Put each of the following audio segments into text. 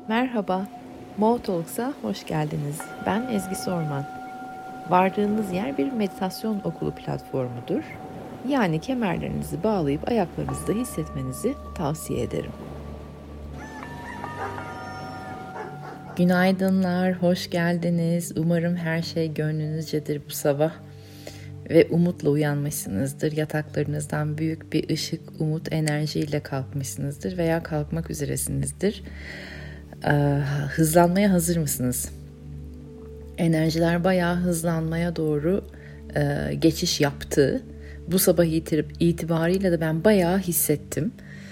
Merhaba, Mo Talks'a hoş geldiniz. Ben Ezgi Sorman. Vardığınız yer bir meditasyon okulu platformudur. Yani kemerlerinizi bağlayıp ayaklarınızda hissetmenizi tavsiye ederim. Günaydınlar, hoş geldiniz. Umarım her şey gönlünüzcedir bu sabah ve umutla uyanmışsınızdır. Yataklarınızdan büyük bir ışık, umut, enerjiyle kalkmışsınızdır veya kalkmak üzeresinizdir. Hızlanmaya hazır mısınız? Enerjiler bayağı hızlanmaya doğru geçiş yaptı. Bu sabah itibariyle de ben bayağı hissettim.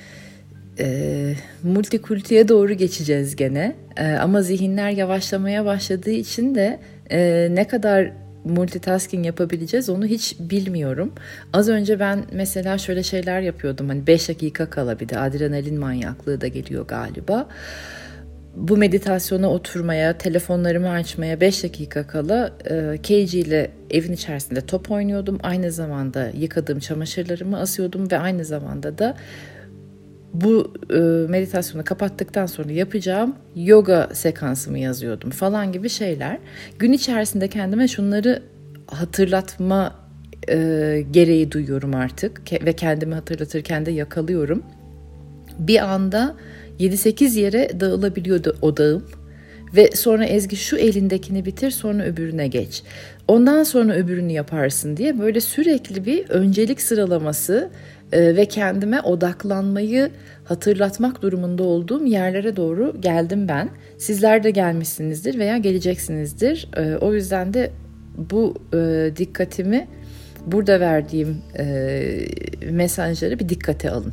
Multikultiye doğru geçeceğiz gene. Ama zihinler yavaşlamaya başladığı için de ne kadar multitasking yapabileceğiz onu hiç bilmiyorum. Az önce ben mesela şöyle şeyler yapıyordum. Hani 5 dakika kala bir de adrenalin manyaklığı da geliyor galiba. Bu meditasyona oturmaya, telefonlarımı açmaya 5 dakika kala Keiji ile evin içerisinde top oynuyordum. Aynı zamanda yıkadığım çamaşırlarımı asıyordum ve aynı zamanda da bu meditasyonu kapattıktan sonra yapacağım yoga sekansımı yazıyordum falan gibi şeyler. Gün içerisinde kendime şunları hatırlatma gereği duyuyorum artık ve kendimi hatırlatırken de yakalıyorum. Bir anda 7-8 yere dağılabiliyordu odağım ve sonra Ezgi şu elindekini bitir sonra öbürüne geç. Ondan sonra öbürünü yaparsın diye böyle sürekli bir öncelik sıralaması ve kendime odaklanmayı hatırlatmak durumunda olduğum yerlere doğru geldim ben. Sizler de gelmişsinizdir veya geleceksinizdir. O yüzden de bu dikkatimi burada verdiğim mesajları bir dikkate alın.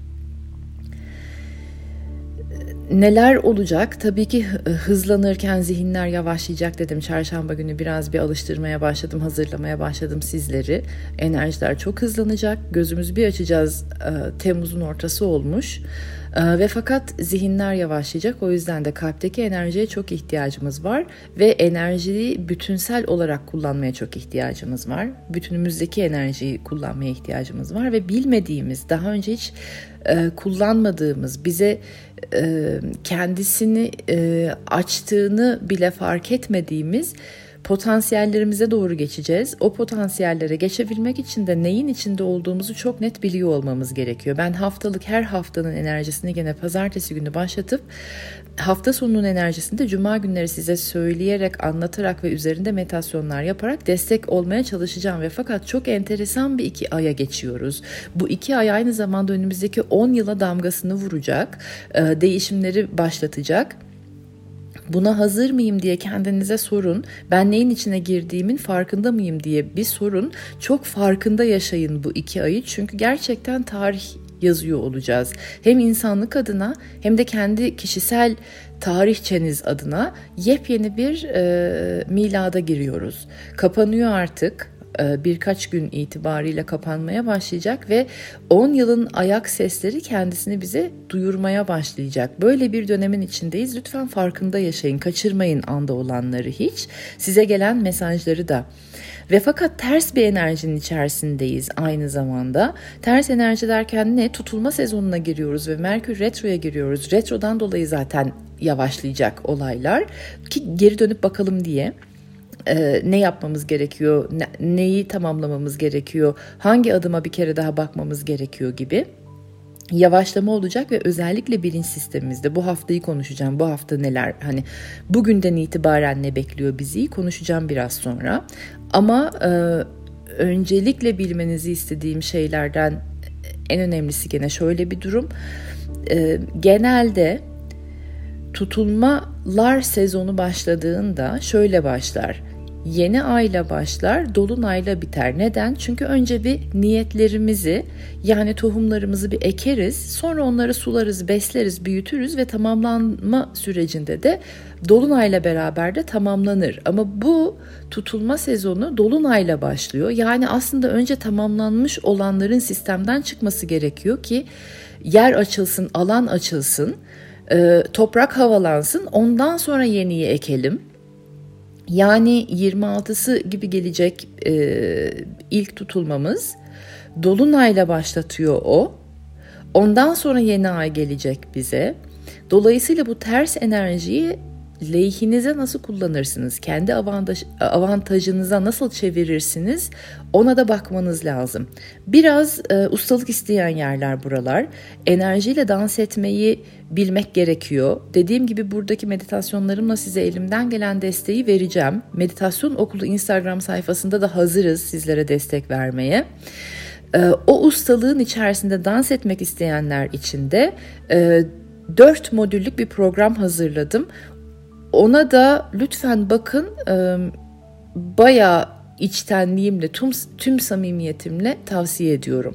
Neler olacak? Tabii ki hızlanırken zihinler yavaşlayacak dedim. Çarşamba günü biraz bir alıştırmaya başladım, hazırlamaya başladım sizleri. Enerjiler çok hızlanacak. Gözümüzü bir açacağız. Temmuz'un ortası olmuş. Ve fakat zihinler yavaşlayacak. O yüzden de kalpteki enerjiye çok ihtiyacımız var. Ve enerjiyi bütünsel olarak kullanmaya çok ihtiyacımız var. Bütünümüzdeki enerjiyi kullanmaya ihtiyacımız var. Ve bilmediğimiz, daha önce hiç kullanmadığımız, bize kendisini açtığını bile fark etmediğimiz potansiyellerimize doğru geçeceğiz. O potansiyellere geçebilmek için de neyin içinde olduğumuzu çok net biliyor olmamız gerekiyor. Ben her haftanın enerjisini gene pazartesi günü başlatıp hafta sonunun enerjisini de cuma günleri size söyleyerek, anlatarak ve üzerinde meditasyonlar yaparak destek olmaya çalışacağım. Ve fakat çok enteresan bir 2 aya geçiyoruz. Bu 2 ay aynı zamanda önümüzdeki 10 yıla damgasını vuracak, değişimleri başlatacak. Buna hazır mıyım diye kendinize sorun. Ben neyin içine girdiğimin farkında mıyım diye bir sorun. Çok farkında yaşayın bu 2 ayı. Çünkü gerçekten tarih yazıyor olacağız. Hem insanlık adına hem de kendi kişisel tarihçeniz adına yepyeni bir milada giriyoruz. Kapanıyor artık. Birkaç gün itibariyle kapanmaya başlayacak ve 10 yılın ayak sesleri kendisini bize duyurmaya başlayacak. Böyle bir dönemin içindeyiz. Lütfen farkında yaşayın. Kaçırmayın anda olanları hiç. Size gelen mesajları da. Ve fakat ters bir enerjinin içerisindeyiz aynı zamanda. Ters enerji derken ne? Tutulma sezonuna giriyoruz ve Merkür Retro'ya giriyoruz. Retrodan dolayı zaten yavaşlayacak olaylar ki geri dönüp bakalım diye. Ne yapmamız gerekiyor, neyi tamamlamamız gerekiyor, hangi adıma bir kere daha bakmamız gerekiyor gibi yavaşlama olacak ve özellikle bilinç sistemimizde bu haftayı konuşacağım. Bu hafta neler, hani bugünden itibaren ne bekliyor bizi konuşacağım biraz sonra. Ama öncelikle bilmenizi istediğim şeylerden en önemlisi gene şöyle bir durum. Genelde tutulmalar sezonu başladığında şöyle başlar. Yeni ayla başlar, dolunayla biter. Neden? Çünkü önce bir niyetlerimizi, yani tohumlarımızı bir ekeriz, sonra onları sularız, besleriz, büyütürüz ve tamamlanma sürecinde de dolunayla beraber de tamamlanır. Ama bu tutulma sezonu dolunayla başlıyor. Yani aslında önce tamamlanmış olanların sistemden çıkması gerekiyor ki yer açılsın, alan açılsın, toprak havalansın, ondan sonra yeniyi ekelim. Yani 26'sı gibi gelecek ilk tutulmamız dolunayla başlatıyor o. Ondan sonra yeni ay gelecek bize. Dolayısıyla bu ters enerjiyi lehinize nasıl kullanırsınız? Kendi avantajınıza nasıl çevirirsiniz? Ona da bakmanız lazım. Biraz ustalık isteyen yerler buralar. Enerjiyle dans etmeyi bilmek gerekiyor. Dediğim gibi buradaki meditasyonlarımla size elimden gelen desteği vereceğim. Meditasyon Okulu Instagram sayfasında da hazırız sizlere destek vermeye. O ustalığın içerisinde dans etmek isteyenler için de 4 modüllük bir program hazırladım. Ona da lütfen bakın, bayağı içtenliğimle, tüm samimiyetimle tavsiye ediyorum.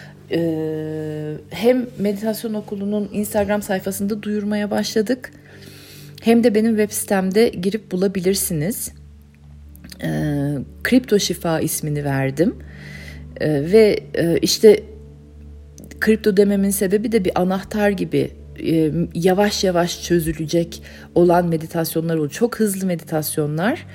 Hem Meditasyon Okulu'nun Instagram sayfasında duyurmaya başladık, hem de benim web sitemde girip bulabilirsiniz. Kripto Şifa ismini verdim. Ve işte kripto dememin sebebi de bir anahtar gibi yavaş yavaş çözülecek olan meditasyonlar oluyor. Çok hızlı meditasyonlar,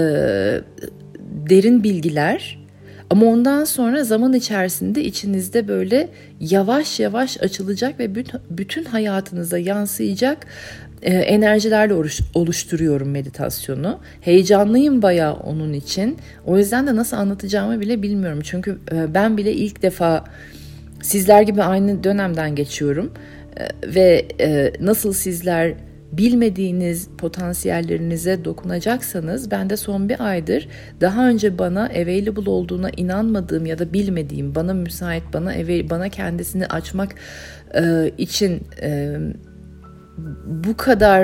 derin bilgiler, ama ondan sonra zaman içerisinde içinizde böyle yavaş yavaş açılacak ve bütün hayatınıza yansıyacak enerjilerle oluşturuyorum meditasyonu. Heyecanlıyım bayağı onun için. O yüzden de nasıl anlatacağımı bile bilmiyorum. Çünkü ben bile ilk defa sizler gibi aynı dönemden geçiyorum. Ve nasıl sizler bilmediğiniz potansiyellerinize dokunacaksanız, ben de son bir aydır daha önce bana available olduğuna inanmadığım ya da bilmediğim, bana müsait, bana kendisini açmak için bu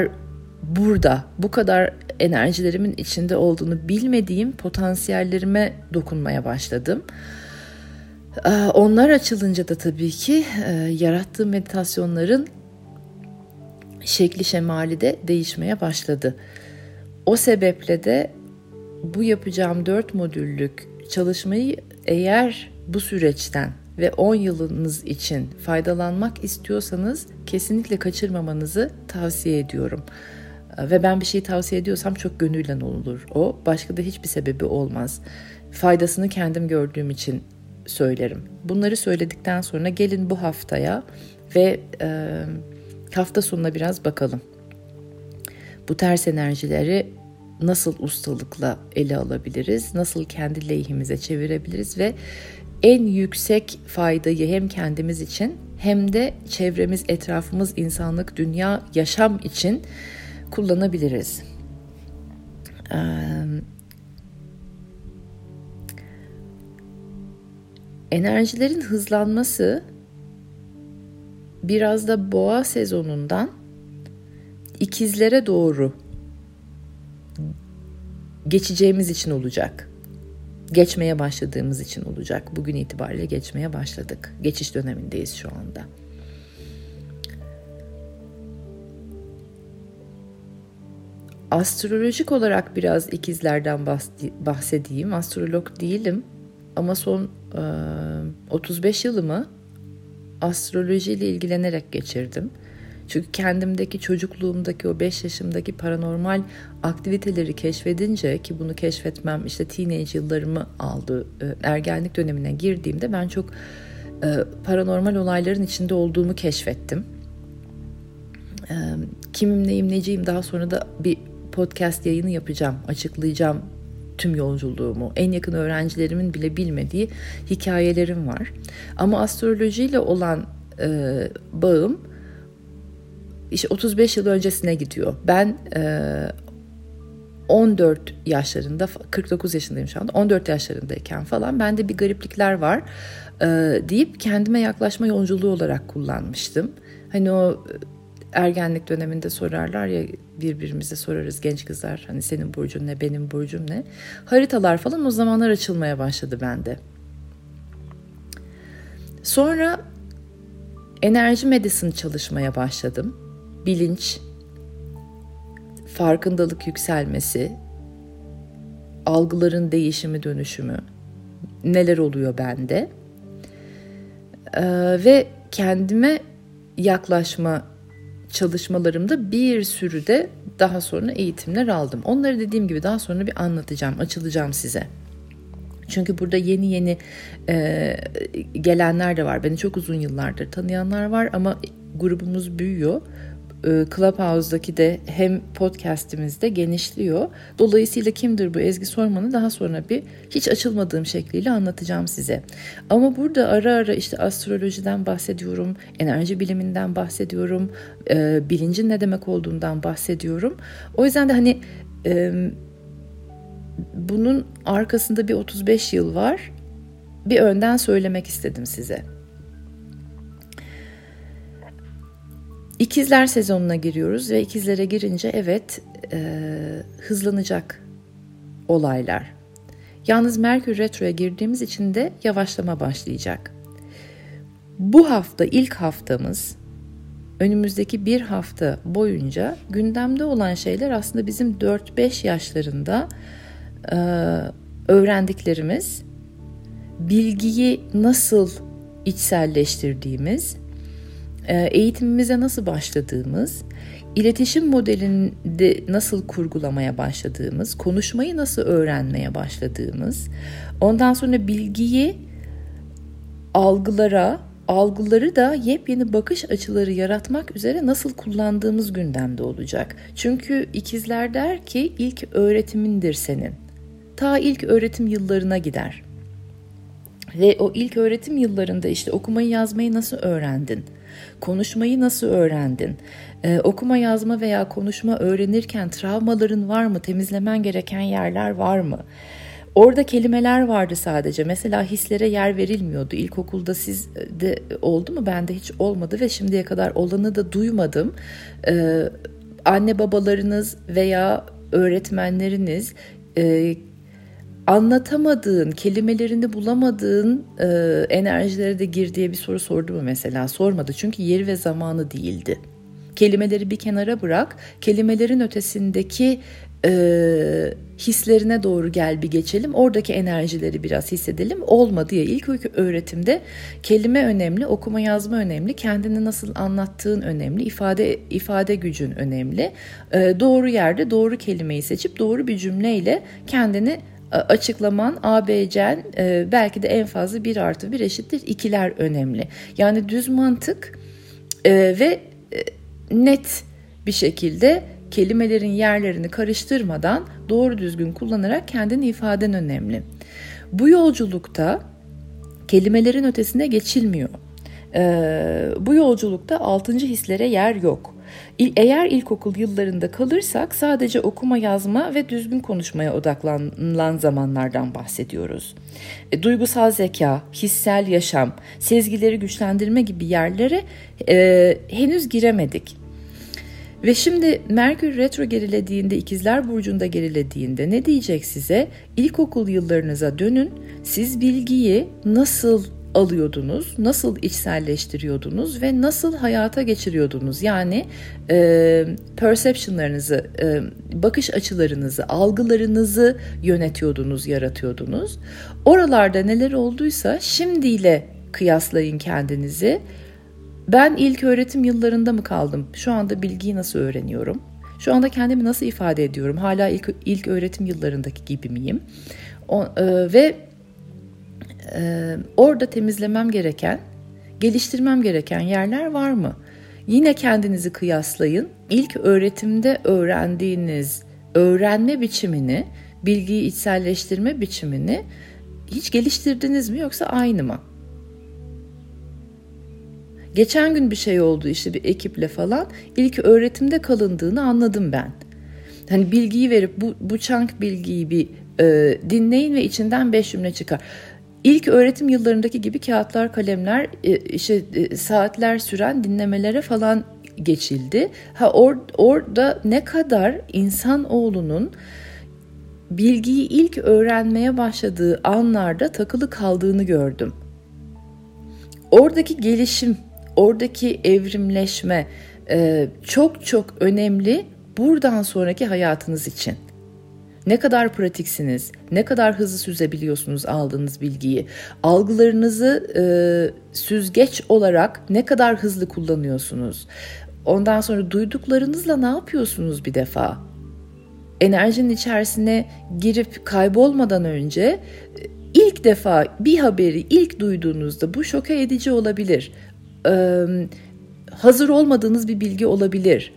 kadar enerjilerimin içinde olduğunu bilmediğim potansiyellerime dokunmaya başladım. Onlar açılınca da tabii ki yarattığım meditasyonların şekli şemali de değişmeye başladı. O sebeple de bu yapacağım 4 modüllük çalışmayı eğer bu süreçten ve 10 yılınız için faydalanmak istiyorsanız kesinlikle kaçırmamanızı tavsiye ediyorum. Ve ben bir şeyi tavsiye ediyorsam çok gönülden olur o. Başka da hiçbir sebebi olmaz. Faydasını kendim gördüğüm için söylerim. Bunları söyledikten sonra gelin bu haftaya ve hafta sonuna biraz bakalım. Bu ters enerjileri nasıl ustalıkla ele alabiliriz? Nasıl kendi lehimize çevirebiliriz ve en yüksek faydayı hem kendimiz için hem de çevremiz, etrafımız, insanlık, dünya, yaşam için kullanabiliriz. Enerjilerin hızlanması biraz da boğa sezonundan ikizlere doğru geçeceğimiz için olacak. Geçmeye başladığımız için olacak. Bugün itibariyle geçmeye başladık. Geçiş dönemindeyiz şu anda. Astrolojik olarak biraz ikizlerden bahsedeyim. Astrolog değilim ama son 35 yılımı astrolojiyle ilgilenerek geçirdim. Çünkü kendimdeki, çocukluğumdaki o 5 yaşımdaki paranormal aktiviteleri keşfedince, ki bunu keşfetmem işte teenage yıllarımı aldı, ergenlik dönemine girdiğimde ben çok paranormal olayların içinde olduğumu keşfettim. Kimim, neyim, neciyim, daha sonra da bir podcast yayını yapacağım, açıklayacağım tüm yolculuğumu. En yakın öğrencilerimin bile bilmediği hikayelerim var. Ama astrolojiyle olan bağım işte 35 yıl öncesine gidiyor. Ben 14 yaşlarında, 49 yaşındayım şu anda, 14 yaşlarındayken falan bende bir gariplikler var deyip kendime yaklaşma yolculuğu olarak kullanmıştım. Hani o ergenlik döneminde sorarlar ya, birbirimize sorarız genç kızlar, hani senin burcun ne, benim burcum ne, haritalar falan o zamanlar açılmaya başladı bende. Sonra enerji medicine çalışmaya başladım. Bilinç, farkındalık yükselmesi, algıların değişimi, dönüşümü, neler oluyor bende ve kendime yaklaşma çalışmalarımda bir sürü de daha sonra eğitimler aldım. Onları dediğim gibi daha sonra bir anlatacağım, açılacağım size. Çünkü burada yeni gelenler de var. Beni çok uzun yıllardır tanıyanlar var ama grubumuz büyüyor. Clubhouse'daki de hem podcast'imizde genişliyor. Dolayısıyla kimdir bu Ezgi Sorman'ı daha sonra bir hiç açılmadığım şekliyle anlatacağım size. Ama burada ara ara işte astrolojiden bahsediyorum, enerji biliminden bahsediyorum, bilincin ne demek olduğundan bahsediyorum. O yüzden de hani bunun arkasında bir 35 yıl var. Bir önden söylemek istedim size. İkizler sezonuna giriyoruz ve ikizlere girince evet hızlanacak olaylar. Yalnız Merkür Retro'ya girdiğimiz için de yavaşlama başlayacak. Bu hafta ilk haftamız, önümüzdeki bir hafta boyunca gündemde olan şeyler aslında bizim 4-5 yaşlarında öğrendiklerimiz, bilgiyi nasıl içselleştirdiğimiz, eğitimimize nasıl başladığımız, iletişim modelinde nasıl kurgulamaya başladığımız, konuşmayı nasıl öğrenmeye başladığımız, ondan sonra bilgiyi algıları da yepyeni bakış açıları yaratmak üzere nasıl kullandığımız gündemde olacak. Çünkü ikizler der ki ilk öğretimindir senin. Ta ilk öğretim yıllarına gider. Ve o ilk öğretim yıllarında işte okumayı yazmayı nasıl öğrendin? Konuşmayı nasıl öğrendin? Okuma, yazma veya konuşma öğrenirken travmaların var mı? Temizlemen gereken yerler var mı? Orada kelimeler vardı sadece. Mesela hislere yer verilmiyordu. İlkokulda sizde oldu mu? Bende hiç olmadı ve şimdiye kadar olanı da duymadım. Anne babalarınız veya öğretmenleriniz anlatamadığın, kelimelerini bulamadığın enerjilere de gir diye bir soru sordu mu mesela? Sormadı çünkü yeri ve zamanı değildi. Kelimeleri bir kenara bırak, kelimelerin ötesindeki hislerine doğru gel bir geçelim, oradaki enerjileri biraz hissedelim. Olmadı ya, ilk öğretimde kelime önemli, okuma yazma önemli, kendini nasıl anlattığın önemli, ifade gücün önemli. Doğru yerde doğru kelimeyi seçip doğru bir cümleyle kendini açıklaman, ABC'n belki de en fazla 1+1=2'ler önemli. Yani düz mantık ve net bir şekilde kelimelerin yerlerini karıştırmadan doğru düzgün kullanarak kendini ifaden önemli. Bu yolculukta kelimelerin ötesine geçilmiyor. Bu yolculukta 6. hislere yer yok. Eğer ilkokul yıllarında kalırsak sadece okuma, yazma ve düzgün konuşmaya odaklanan zamanlardan bahsediyoruz. Duygusal zeka, hissel yaşam, sezgileri güçlendirme gibi yerlere henüz giremedik. Ve şimdi Merkür Retro gerilediğinde, İkizler Burcu'nda gerilediğinde ne diyecek size? İlkokul yıllarınıza dönün, siz bilgiyi nasıl alıyordunuz, nasıl içselleştiriyordunuz ve nasıl hayata geçiriyordunuz? Yani perceptionlarınızı, bakış açılarınızı, algılarınızı yönetiyordunuz, yaratıyordunuz. Oralarda neler olduysa şimdiyle kıyaslayın kendinizi. Ben ilk öğretim yıllarında mı kaldım? Şu anda bilgiyi nasıl öğreniyorum? Şu anda kendimi nasıl ifade ediyorum? Hala ilk öğretim yıllarındaki gibi miyim? Orada temizlemem gereken, geliştirmem gereken yerler var mı? Yine kendinizi kıyaslayın. İlk öğretimde öğrendiğiniz öğrenme biçimini, bilgiyi içselleştirme biçimini hiç geliştirdiniz mi, yoksa aynı mı? Geçen gün bir şey oldu işte bir ekiple falan. İlk öğretimde kalındığını anladım ben. Hani bilgiyi verip bu chunk bilgiyi bir dinleyin ve içinden 5 cümle çıkar. İlk öğretim yıllarındaki gibi kağıtlar, kalemler, saatler süren dinlemelere falan geçildi. Orada ne kadar insanoğlunun bilgiyi ilk öğrenmeye başladığı anlarda takılı kaldığını gördüm. Oradaki gelişim, oradaki evrimleşme çok çok önemli buradan sonraki hayatınız için. Ne kadar pratiksiniz, ne kadar hızlı süzebiliyorsunuz aldığınız bilgiyi, algılarınızı süzgeç olarak ne kadar hızlı kullanıyorsunuz. Ondan sonra duyduklarınızla ne yapıyorsunuz bir defa? Enerjinin içerisine girip kaybolmadan önce ilk defa bir haberi ilk duyduğunuzda bu şoke edici olabilir. hazır olmadığınız bir bilgi olabilir.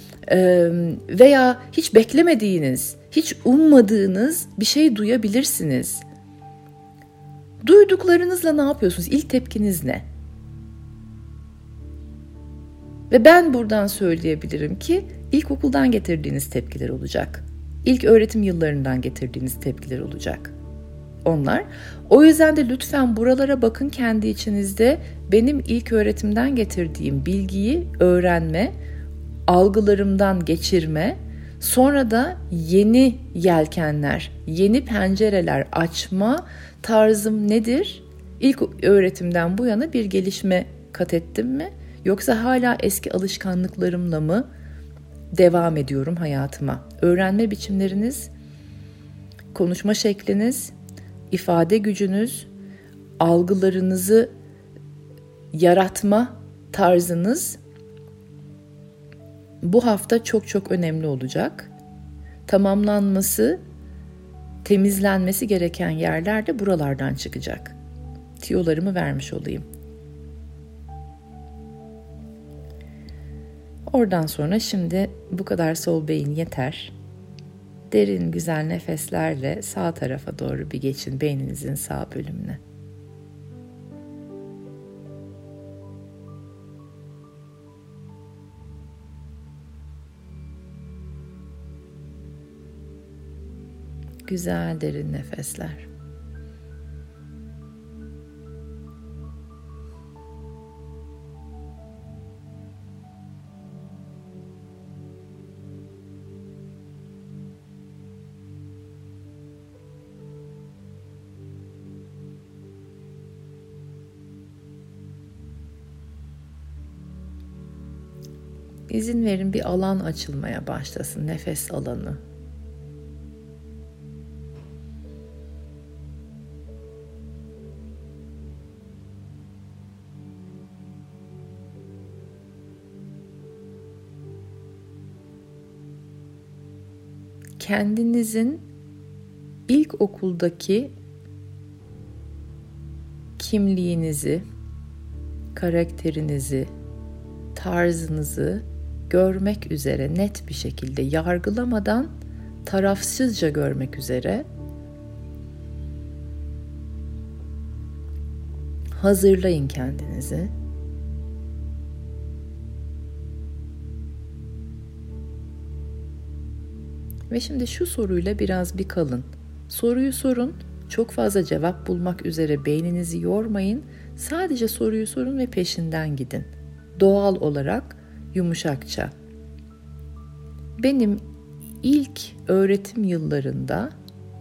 Veya hiç beklemediğiniz, hiç ummadığınız bir şey duyabilirsiniz. Duyduklarınızla ne yapıyorsunuz? İlk tepkiniz ne? Ve ben buradan söyleyebilirim ki ilkokuldan getirdiğiniz tepkiler olacak. İlk öğretim yıllarından getirdiğiniz tepkiler olacak onlar. O yüzden de lütfen buralara bakın kendi içinizde. Benim ilk öğretimden getirdiğim bilgiyi öğrenme, algılarımdan geçirme, sonra da yeni yelkenler, yeni pencereler açma tarzım nedir? İlk öğretimden bu yana bir gelişme kat ettim mi? Yoksa hala eski alışkanlıklarımla mı devam ediyorum hayatıma? Öğrenme biçimleriniz, konuşma şekliniz, ifade gücünüz, algılarınızı yaratma tarzınız bu hafta çok çok önemli olacak. Tamamlanması, temizlenmesi gereken yerler de buralardan çıkacak. Tiyolarımı vermiş olayım. Oradan sonra şimdi bu kadar sol beyin yeter. Derin güzel nefeslerle sağ tarafa doğru bir geçin beyninizin sağ bölümüne. Güzel derin nefesler. İzin verin bir alan açılmaya başlasın, nefes alanı. Kendinizin ilkokuldaki kimliğinizi, karakterinizi, tarzınızı görmek üzere net bir şekilde yargılamadan tarafsızca görmek üzere hazırlayın kendinizi. Ve şimdi şu soruyla biraz bir kalın. Soruyu sorun, çok fazla cevap bulmak üzere beyninizi yormayın. Sadece soruyu sorun ve peşinden gidin. Doğal olarak, yumuşakça. Benim ilk öğretim yıllarında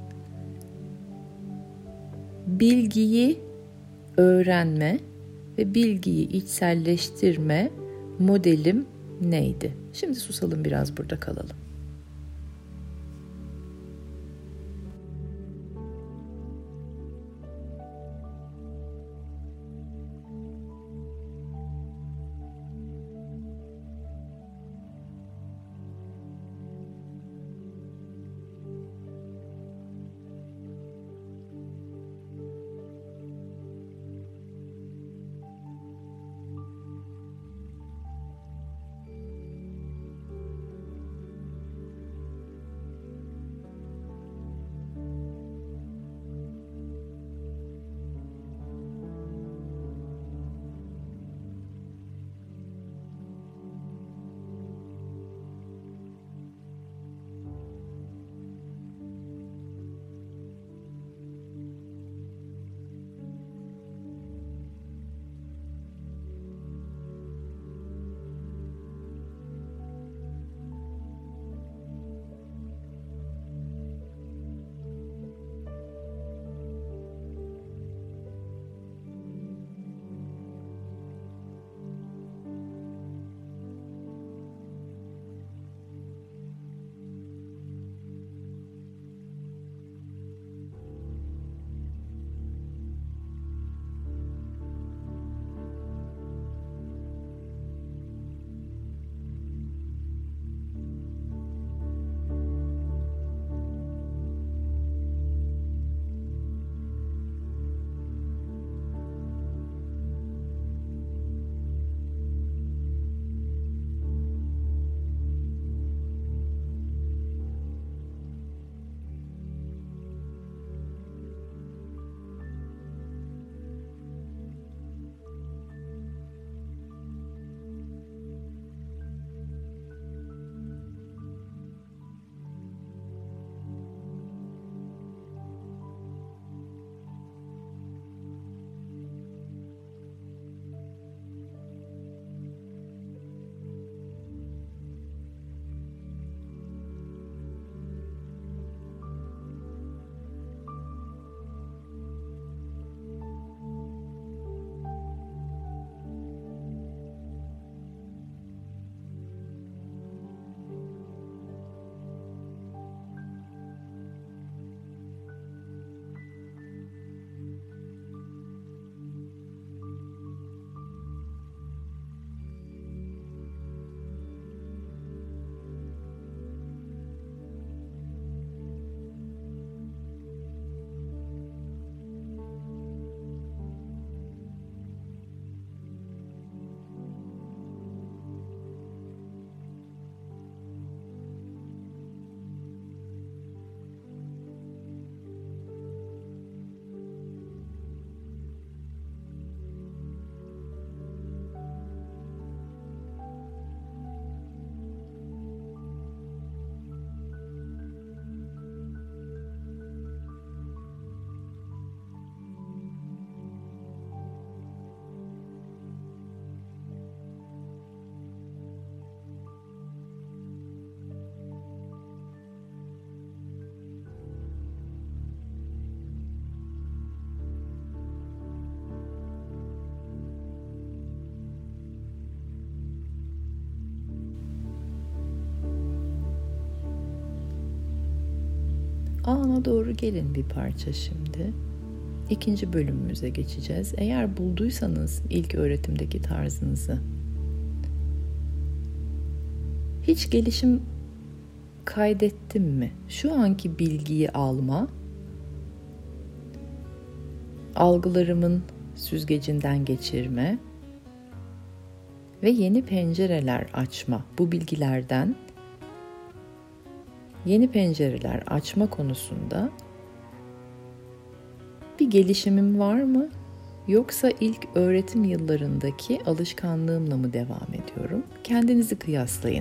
bilgiyi öğrenme ve bilgiyi içselleştirme modelim neydi? Şimdi susalım, biraz burada kalalım. Ana doğru gelin bir parça şimdi. İkinci bölümümüze geçeceğiz. Eğer bulduysanız ilk öğretimdeki tarzınızı, hiç gelişim kaydettim mi? Şu anki bilgiyi alma, algılarımın süzgecinden geçirme ve yeni pencereler açma. Bu bilgilerden yeni pencereler açma konusunda bir gelişimim var mı? Yoksa ilk öğretim yıllarındaki alışkanlığımla mı devam ediyorum? Kendinizi kıyaslayın.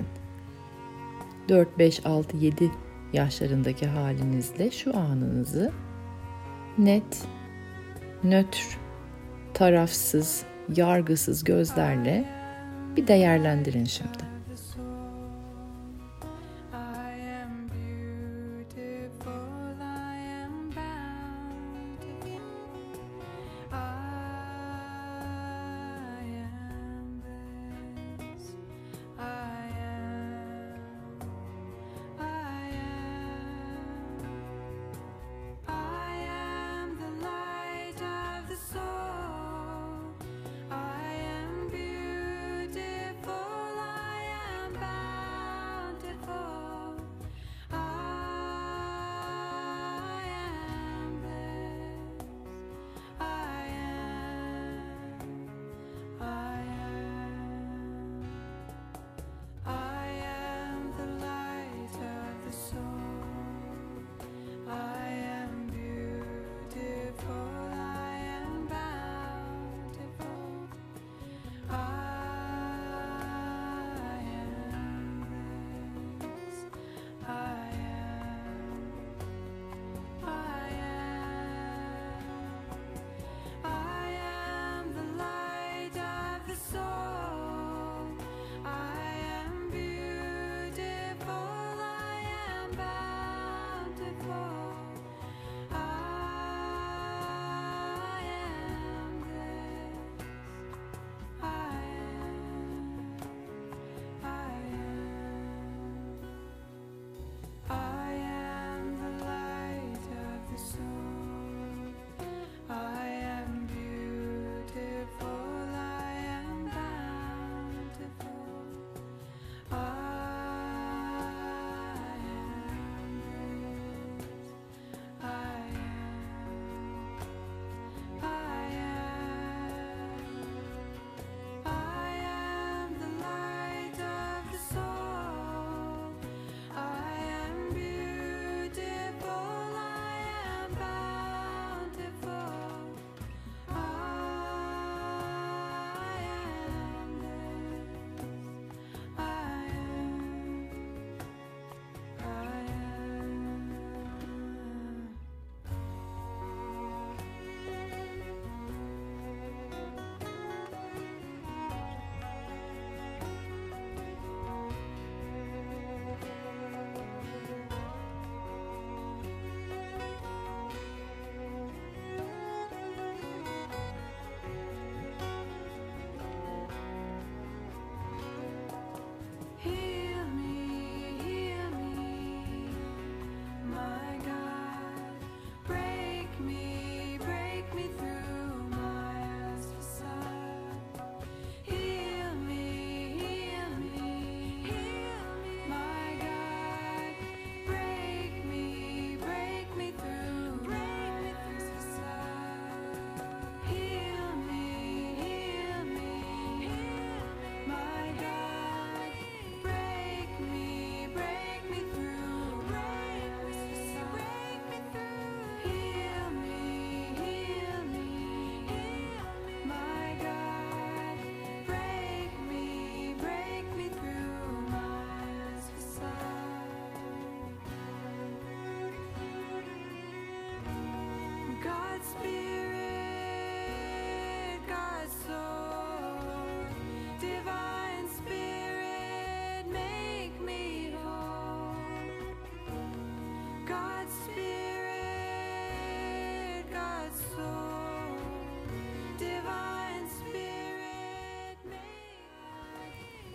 4, 5, 6, 7 yaşlarındaki halinizle şu anınızı net, nötr, tarafsız, yargısız gözlerle bir değerlendirin şimdi.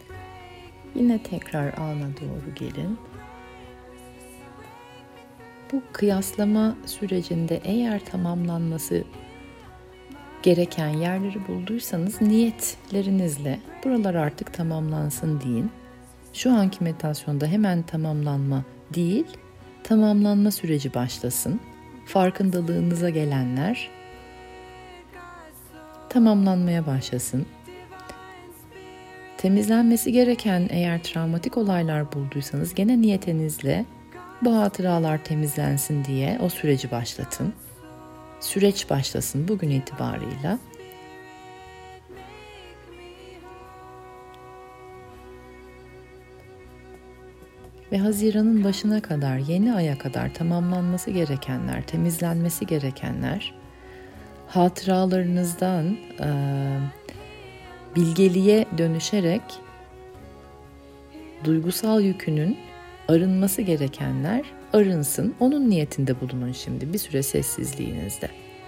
Yine tekrar ana doğru gelin. bu kıyaslama sürecinde eğer tamamlanması gereken yerleri bulduysanız niyetlerinizle buralar artık tamamlansın deyin. Şu anki meditasyonda hemen tamamlanma değil, tamamlanma süreci başlasın. Farkındalığınıza gelenler tamamlanmaya başlasın. Temizlenmesi gereken eğer travmatik olaylar bulduysanız gene niyetinizle bu hatıralar temizlensin diye o süreci başlatın. Süreç başlasın bugün itibarıyla. Ve Haziran'ın başına kadar, yeni aya kadar tamamlanması gerekenler, temizlenmesi gerekenler, hatıralarınızdan bilgeliğe dönüşerek duygusal yükünün arınması gerekenler arınsın. Onun niyetinde bulunun şimdi bir süre sessizliğinizde.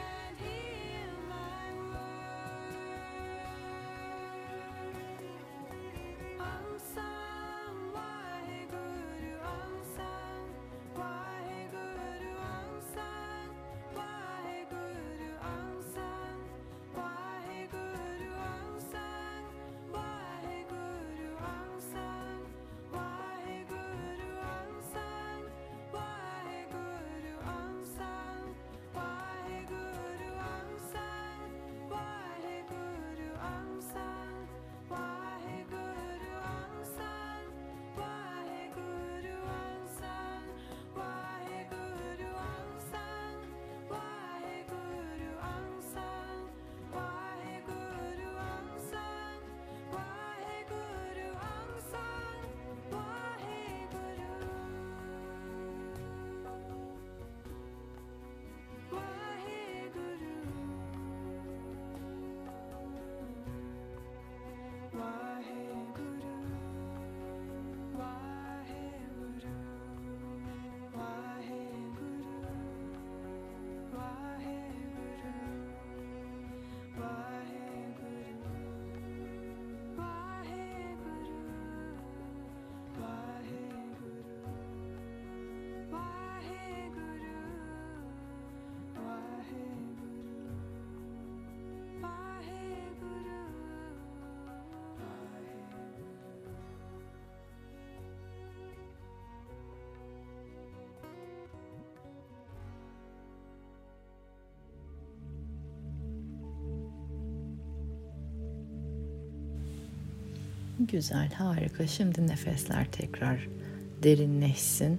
Güzel, harika. Şimdi nefesler tekrar derinleşsin.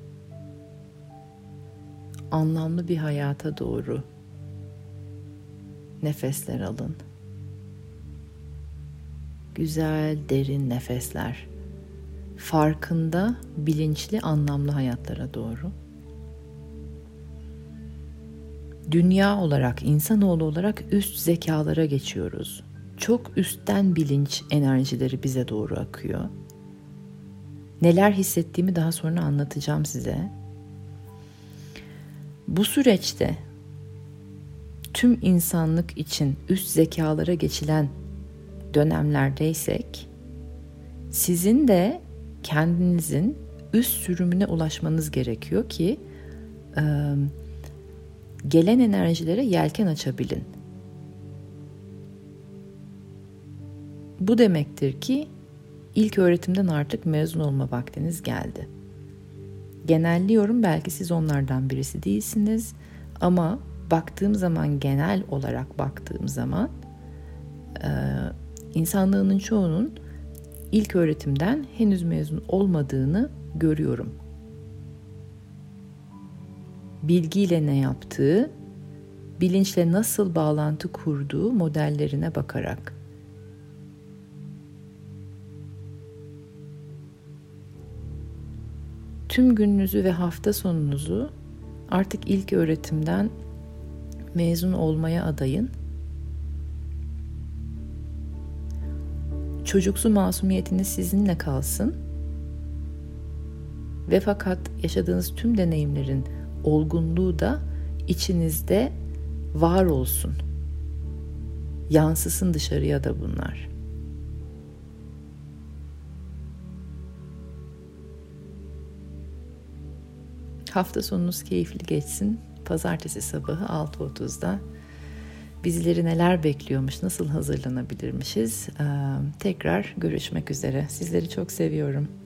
Anlamlı bir hayata doğru nefesler alın. Güzel, derin nefesler. Farkında, bilinçli, anlamlı hayatlara doğru. Dünya olarak, insanoğlu olarak üst zekalara geçiyoruz. Çok üstten bilinç enerjileri bize doğru akıyor. Neler hissettiğimi daha sonra anlatacağım size. Bu süreçte tüm insanlık için üst zekalara geçilen dönemlerdeysek, sizin de kendinizin üst sürümüne ulaşmanız gerekiyor ki gelen enerjilere yelken açabilin. Bu demektir ki ilk öğretimden artık mezun olma vaktiniz geldi. Genelliyorum, belki siz onlardan birisi değilsiniz ama baktığım zaman, genel olarak baktığım zaman insanlığın çoğunun ilk öğretimden henüz mezun olmadığını görüyorum. Bilgiyle ne yaptığı, bilinçle nasıl bağlantı kurduğu modellerine bakarak. Tüm gününüzü ve hafta sonunuzu artık ilk öğretimden mezun olmaya adayın. Çocuksu masumiyetiniz sizinle kalsın. Ve fakat yaşadığınız tüm deneyimlerin olgunluğu da içinizde var olsun. Yansısın dışarıya da bunlar. Hafta sonunuz keyifli geçsin. Pazartesi sabahı 6.30'da bizleri neler bekliyormuş, nasıl hazırlanabilirmişiz? Tekrar görüşmek üzere. Sizleri çok seviyorum.